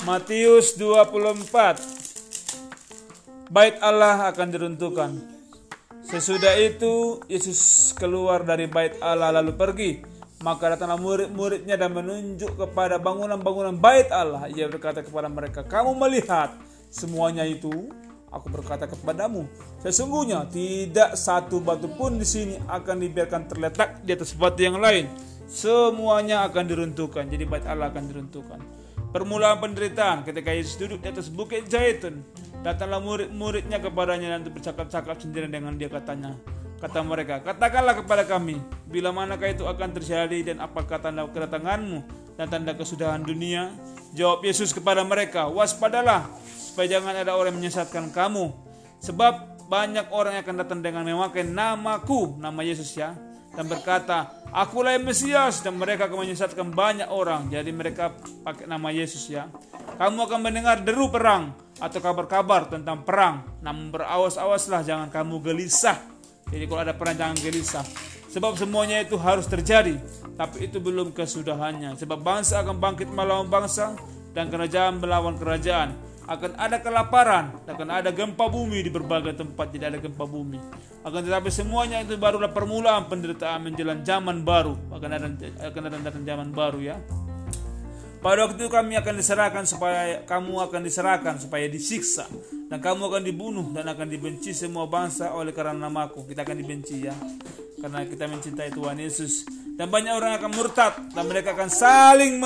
Matius 24. Bait Allah akan diruntuhkan. Sesudah itu Yesus keluar dari bait Allah lalu pergi. Maka datanglah murid-muridnya dan menunjuk kepada bangunan-bangunan bait Allah. Ia berkata kepada mereka, kamu melihat semuanya itu? Aku berkata kepadamu, sesungguhnya tidak satu batu pun di sini akan dibiarkan terletak di atas batu yang lain. Semuanya akan diruntuhkan. Jadi bait Allah akan diruntuhkan. Permulaan penderitaan ketika Yesus duduk di atas bukit Zaitun. Datanglah murid-muridnya kepadanya dan bercakap-cakap sendiri dengan dia katanya. Kata mereka, katakanlah kepada kami, bila manakah itu akan terjadi dan apakah tanda kedatanganmu dan tanda kesudahan dunia? Jawab Yesus kepada mereka, waspadalah supaya jangan ada orang yang menyesatkan kamu. Sebab banyak orang yang akan datang dengan memakai namaku, nama Yesus ya, dan berkata, akulah yang Mesias, dan mereka akan menyesatkan banyak orang. Jadi mereka pakai nama Yesus ya. Kamu akan mendengar deru perang atau kabar-kabar tentang perang. Namun berawas-awaslah, jangan kamu gelisah. Jadi kalau ada perang jangan gelisah. Sebab semuanya itu harus terjadi, tapi itu belum kesudahannya. Sebab bangsa akan bangkit melawan bangsa dan kerajaan melawan kerajaan. Akan ada kelaparan, akan ada gempa bumi di berbagai tempat. Tidak ada gempa bumi. Akan tetapi semuanya itu barulah permulaan penderitaan menjelang zaman baru. Akan datang zaman baru ya. Pada waktu itu kamu akan diserahkan supaya disiksa, dan kamu akan dibunuh dan akan dibenci semua bangsa oleh karena namaku. Kita akan dibenci ya, karena kita mencintai Tuhan Yesus. Dan banyak orang akan murtad dan mereka akan saling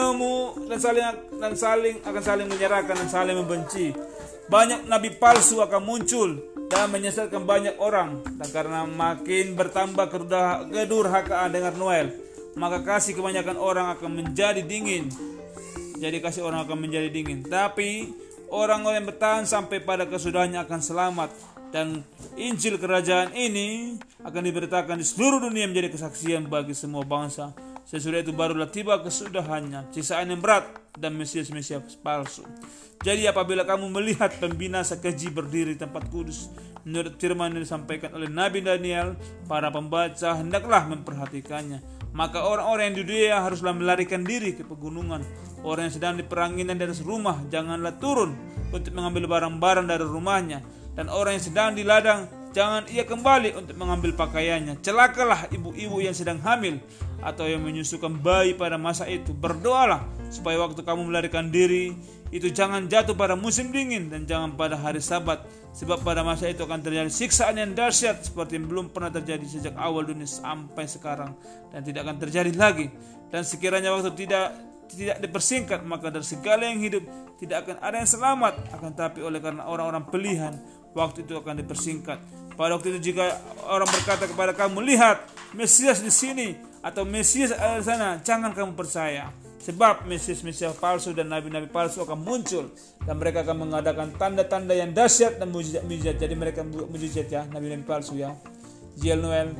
menyerahkan dan saling membenci. Banyak nabi palsu akan muncul dan menyesatkan banyak orang. Dan karena makin bertambah kedurhakaan dengar Noel, maka kasih kebanyakan orang akan menjadi dingin. Jadi kasih orang akan menjadi dingin. Tapi orang-orang yang bertahan sampai pada kesudahannya akan selamat. Dan Injil kerajaan ini akan diberitakan di seluruh dunia menjadi kesaksian bagi semua bangsa. Sesudah itu barulah tiba kesudahannya, siksaan yang berat dan Mesias-Mesias palsu. Jadi apabila kamu melihat pembinasa keji berdiri di tempat kudus, menurut firman yang disampaikan oleh Nabi Daniel, para pembaca hendaklah memperhatikannya. Maka orang-orang yang di dunia haruslah melarikan diri ke pegunungan. Orang yang sedang diperangi di atas rumah janganlah turun untuk mengambil barang-barang dari rumahnya. Dan orang yang sedang di ladang jangan ia kembali untuk mengambil pakaiannya. Celakalah ibu-ibu yang sedang hamil atau yang menyusukan bayi pada masa itu. Berdoalah supaya waktu kamu melarikan diri itu jangan jatuh pada musim dingin dan jangan pada hari Sabat. Sebab pada masa itu akan terjadi siksaan yang dahsyat seperti yang belum pernah terjadi sejak awal dunia sampai sekarang, dan tidak akan terjadi lagi. Dan sekiranya waktu tidak dipersingkat, maka dari segala yang hidup tidak akan ada yang selamat. Akan tetapi oleh karena orang-orang pilihan, waktu itu akan dipersingkat. Pada waktu itu jika orang berkata kepada kamu, lihat Mesias di sini atau Mesias ada di sana, jangan kamu percaya. Sebab Mesias-Mesias palsu dan nabi-nabi palsu akan muncul, dan mereka akan mengadakan tanda-tanda yang dahsyat dan mujizat. Jadi mereka mujizat ya, nabi-nabi palsu ya. Jiel Noel.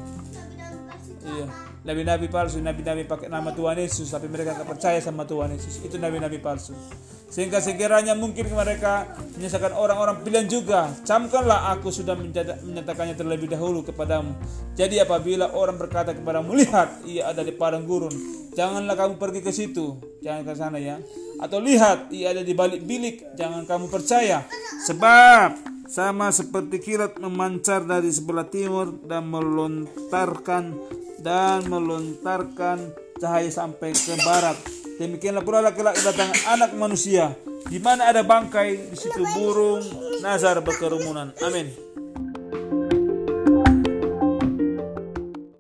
Iya, nabi-nabi palsu, nabi-nabi pakai nama Tuhan Yesus, tapi mereka tak percaya sama Tuhan Yesus. Itu nabi-nabi palsu. Sehingga sekiranya mungkin mereka menyesatkan orang-orang pilihan juga, camkanlah aku sudah menyatakannya terlebih dahulu kepadamu. Jadi apabila orang berkata kepadamu, lihat ia ada di padang gurun, janganlah kamu pergi ke situ, jangan ke sana ya. Atau lihat ia ada di balik bilik, jangan kamu percaya. Sebab sama seperti kilat memancar dari sebelah timur dan melontarkan cahaya sampai ke barat, demikianlah pula kelak kedatangan Anak Manusia. Di mana ada bangkai, di situ burung nazar berkerumunan. Amin.